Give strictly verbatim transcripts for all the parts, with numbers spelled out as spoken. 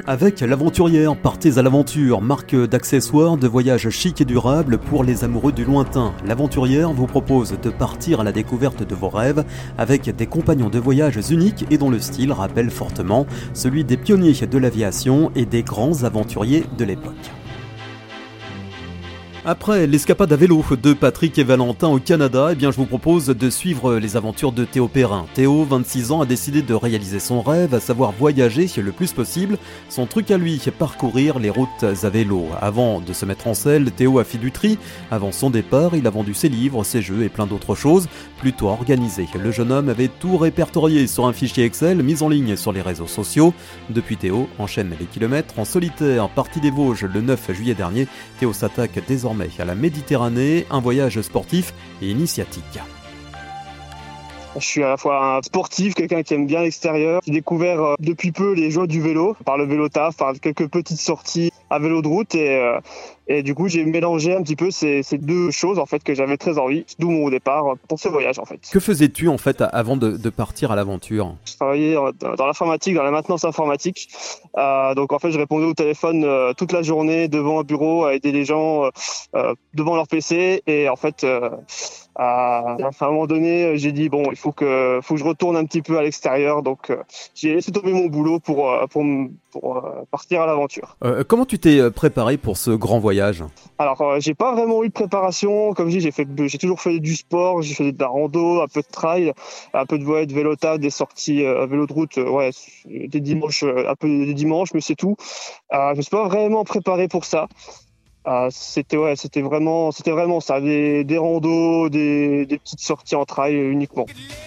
Avec l'Aventurière, partez à l'aventure, marque d'accessoires de voyage chic et durable pour les amoureux du lointain. L'Aventurière vous propose de partir à la découverte de vos rêves avec des compagnons de voyage uniques et dont le style rappelle fortement celui des pionniers de l'aviation et des grands aventuriers de l'époque. Après l'escapade à vélo de Patrick et Valentin au Canada, eh bien je vous propose de suivre les aventures de Théo Perrin. Théo, vingt-six ans, a décidé de réaliser son rêve, à savoir voyager le plus possible. Son truc à lui, parcourir les routes à vélo. Avant de se mettre en selle, Théo a fait du tri. Avant son départ, il a vendu ses livres, ses jeux et plein d'autres choses, plutôt organisées. Le jeune homme avait tout répertorié sur un fichier Excel mis en ligne sur les réseaux sociaux. Depuis, Théo enchaîne les kilomètres en solitaire. Parti des Vosges le neuf juillet dernier, Théo s'attaque désormais à la Méditerranée, un voyage sportif et initiatique. Je suis à la fois un sportif, quelqu'un qui aime bien l'extérieur. J'ai découvert euh, depuis peu les joies du vélo, par le vélo taf, par quelques petites sorties à vélo de route et, euh, et du coup j'ai mélangé un petit peu ces, ces deux choses en fait que j'avais très envie, d'où mon départ pour ce voyage en fait. Que faisais-tu en fait avant de, de partir à l'aventure ? Je travaillais dans l'informatique, dans la maintenance informatique, euh, donc en fait je répondais au téléphone euh, toute la journée devant un bureau à aider les gens euh, devant leur P C et en fait euh, à un moment donné j'ai dit bon il faut que, faut que je retourne un petit peu à l'extérieur donc euh, j'ai laissé tomber mon boulot pour, pour, pour euh, partir à l'aventure. Euh, comment tu t'es préparé pour ce grand voyage ? Alors, euh, j'ai pas vraiment eu de préparation. Comme je dis, j'ai fait, j'ai toujours fait du sport, j'ai fait de la rando, un peu de trail, un peu de ouais, de vélo taf, des sorties à euh, vélo de route, euh, ouais, des dimanches, euh, un peu des dimanches, mais c'est tout. Euh, je me suis pas vraiment préparé pour ça. Euh, c'était ouais, c'était vraiment, c'était vraiment ça, des, des randos, des, des petites sorties en trail euh, uniquement.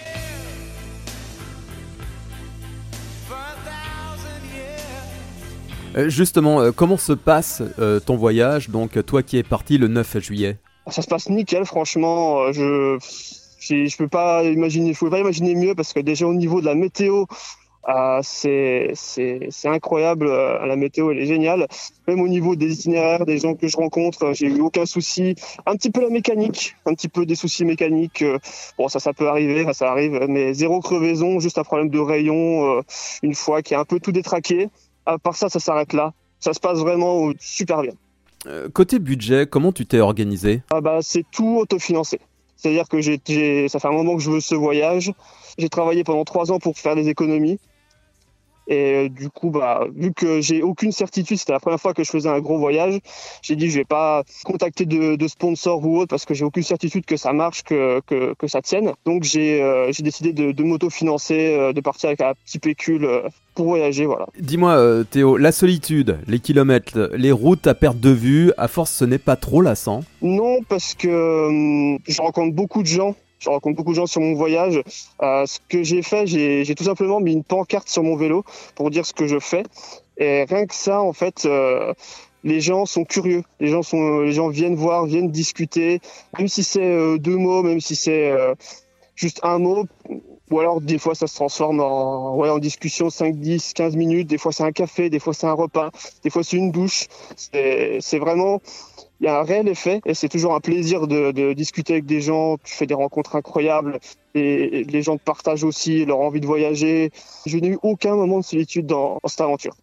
Justement, comment se passe euh, ton voyage, donc toi qui es parti le neuf juillet ? Ça se passe nickel, franchement. Je je peux pas imaginer, je pouvais pas imaginer mieux parce que déjà au niveau de la météo, euh, c'est c'est c'est incroyable. La météo, elle est géniale. Même au niveau des itinéraires, des gens que je rencontre, j'ai eu aucun souci. Un petit peu la mécanique, un petit peu des soucis mécaniques. Bon, ça, ça peut arriver, ça, ça arrive, mais zéro crevaison, juste un problème de rayon euh, une fois qui est un peu tout détraqué. À part ça, ça s'arrête là. Ça se passe vraiment super bien. Euh, côté budget, comment tu t'es organisé ? Ah bah, c'est tout autofinancé. C'est-à-dire que j'ai, j'ai, ça fait un moment que je veux ce voyage. J'ai travaillé pendant trois ans pour faire des économies. Et euh, du coup, bah, vu que j'ai aucune certitude, c'était la première fois que je faisais un gros voyage, j'ai dit je vais pas contacter de, de sponsors ou autre parce que j'ai aucune certitude que ça marche, que, que, que ça tienne. Donc j'ai, euh, j'ai décidé de, de m'autofinancer, euh, de partir avec un petit pécule euh, pour voyager, voilà. Dis-moi euh, Théo, la solitude, les kilomètres, les routes à perte de vue, à force ce n'est pas trop lassant ? Non, parce que euh, je rencontre beaucoup de gens. Je rencontre beaucoup de gens sur mon voyage. Euh, ce que j'ai fait, j'ai, j'ai tout simplement mis une pancarte sur mon vélo pour dire ce que je fais. Et rien que ça, en fait, euh, les gens sont curieux. Les gens sont, les gens viennent voir, viennent discuter. Même si c'est euh, deux mots, même si c'est euh, juste un mot. Ou alors, des fois, ça se transforme en, ouais, en discussion cinq, dix, quinze minutes. Des fois, c'est un café. Des fois, c'est un repas. Des fois, c'est une douche. C'est, c'est vraiment... Il y a un réel effet et c'est toujours un plaisir de, de discuter avec des gens. Tu fais des rencontres incroyables et les gens te partagent aussi leur envie de voyager. Je n'ai eu aucun moment de solitude dans, dans cette aventure.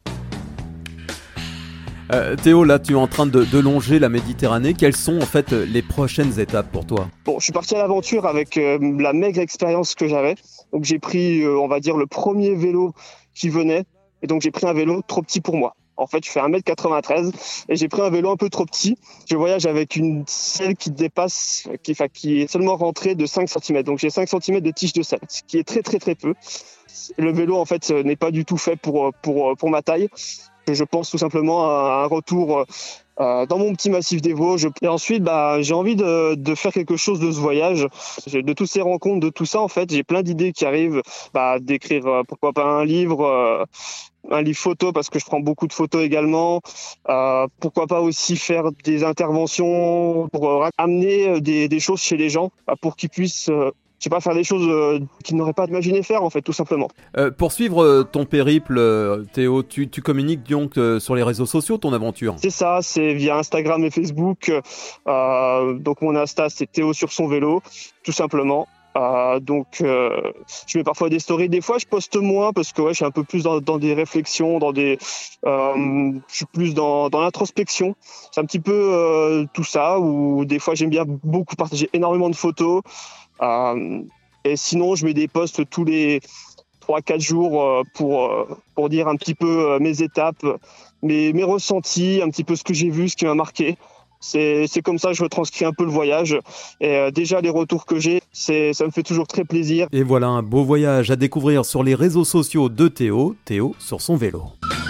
Euh, Théo, là, tu es en train de, de longer la Méditerranée. Quelles sont en fait les prochaines étapes pour toi ? Bon, je suis parti à l'aventure avec euh, la maigre expérience que j'avais. Donc j'ai pris, euh, on va dire, le premier vélo qui venait. Et donc j'ai pris un vélo trop petit pour moi. En fait, je fais un mètre quatre-vingt-treize et j'ai pris un vélo un peu trop petit. Je voyage avec une selle qui dépasse, qui, enfin, qui est seulement rentrée de cinq centimètres. Donc, j'ai cinq centimètres de tige de selle, ce qui est très, très, très peu. Le vélo, en fait, n'est pas du tout fait pour, pour, pour ma taille. Je pense tout simplement à un retour euh, dans mon petit massif des Vosges. Et ensuite, bah, j'ai envie de, de faire quelque chose de ce voyage. De toutes ces rencontres, de tout ça, en fait, j'ai plein d'idées qui arrivent. Bah, d'écrire, euh, pourquoi pas un livre, euh, un livre photo parce que je prends beaucoup de photos également. Euh, pourquoi pas aussi faire des interventions pour euh, amener des, des choses chez les gens bah, pour qu'ils puissent... Euh, je sais pas, faire des choses euh, qu'ils n'auraient pas imaginé faire, en fait, tout simplement. Euh, pour suivre euh, ton périple, euh, Théo, tu, tu communiques donc euh, sur les réseaux sociaux ton aventure ? C'est ça, c'est via Instagram et Facebook. Euh, donc mon Insta, c'est Théo sur son vélo, tout simplement. Euh, donc, euh, je mets parfois des stories. Des fois, je poste moins parce que ouais, je suis un peu plus dans, dans des réflexions, dans des, euh, je suis plus dans, dans l'introspection. C'est un petit peu euh, tout ça. Ou des fois, j'aime bien beaucoup partager énormément de photos. Euh, et sinon, je mets des posts tous les trois quatre jours euh, pour euh, pour dire un petit peu euh, mes étapes, mes mes ressentis, un petit peu ce que j'ai vu, ce qui m'a marqué. C'est, c'est comme ça que je retranscris un peu le voyage. Et euh, déjà, les retours que j'ai, c'est, ça me fait toujours très plaisir. Et voilà un beau voyage à découvrir sur les réseaux sociaux de Théo, Théo sur son vélo.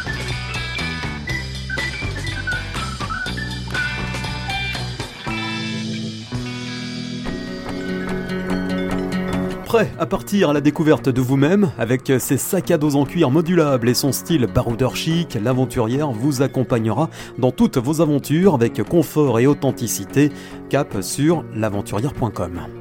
Prêt à partir à la découverte de vous-même, avec ses sacs à dos en cuir modulables et son style baroudeur chic, l'aventurière vous accompagnera dans toutes vos aventures avec confort et authenticité. Cap sur l'aventurière point com.